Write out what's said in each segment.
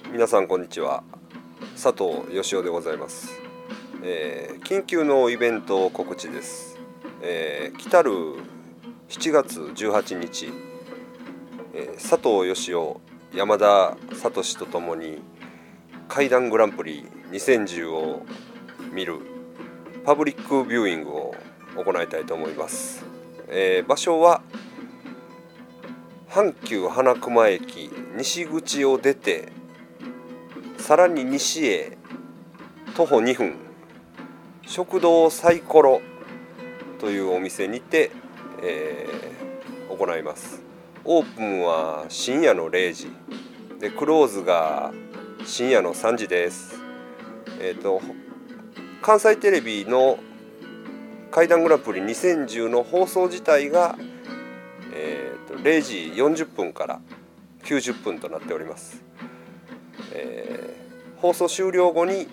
皆さんこんにちは。佐藤義雄でございます。緊急のイベント告知です。来たる7月18日、佐藤義雄、山田聡とともに怪談グランプリ2010を見るパブリックビューイングを行いたいと思います。場所は阪急花熊駅西口を出てさらに西へ徒歩2分、食堂サイコロというお店にて、行います。オープンは深夜の0時で、クローズが深夜の3時です。関西テレビの怪談グランプリ2010の放送自体が、0時40分から90分となっております。放送終了後に、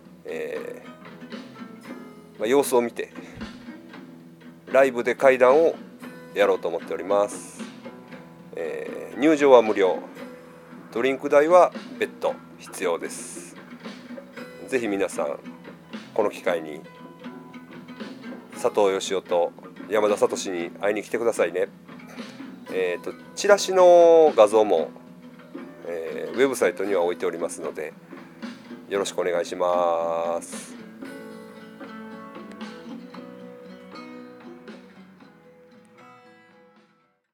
様子を見てライブで怪談をやろうと思っております。入場は無料、ドリンク代は別途必要です。ぜひ皆さんこの機会に佐藤義雄と山田聡に会いに来てくださいね。チラシの画像も、ウェブサイトには置いておりますのでよろしくお願いします。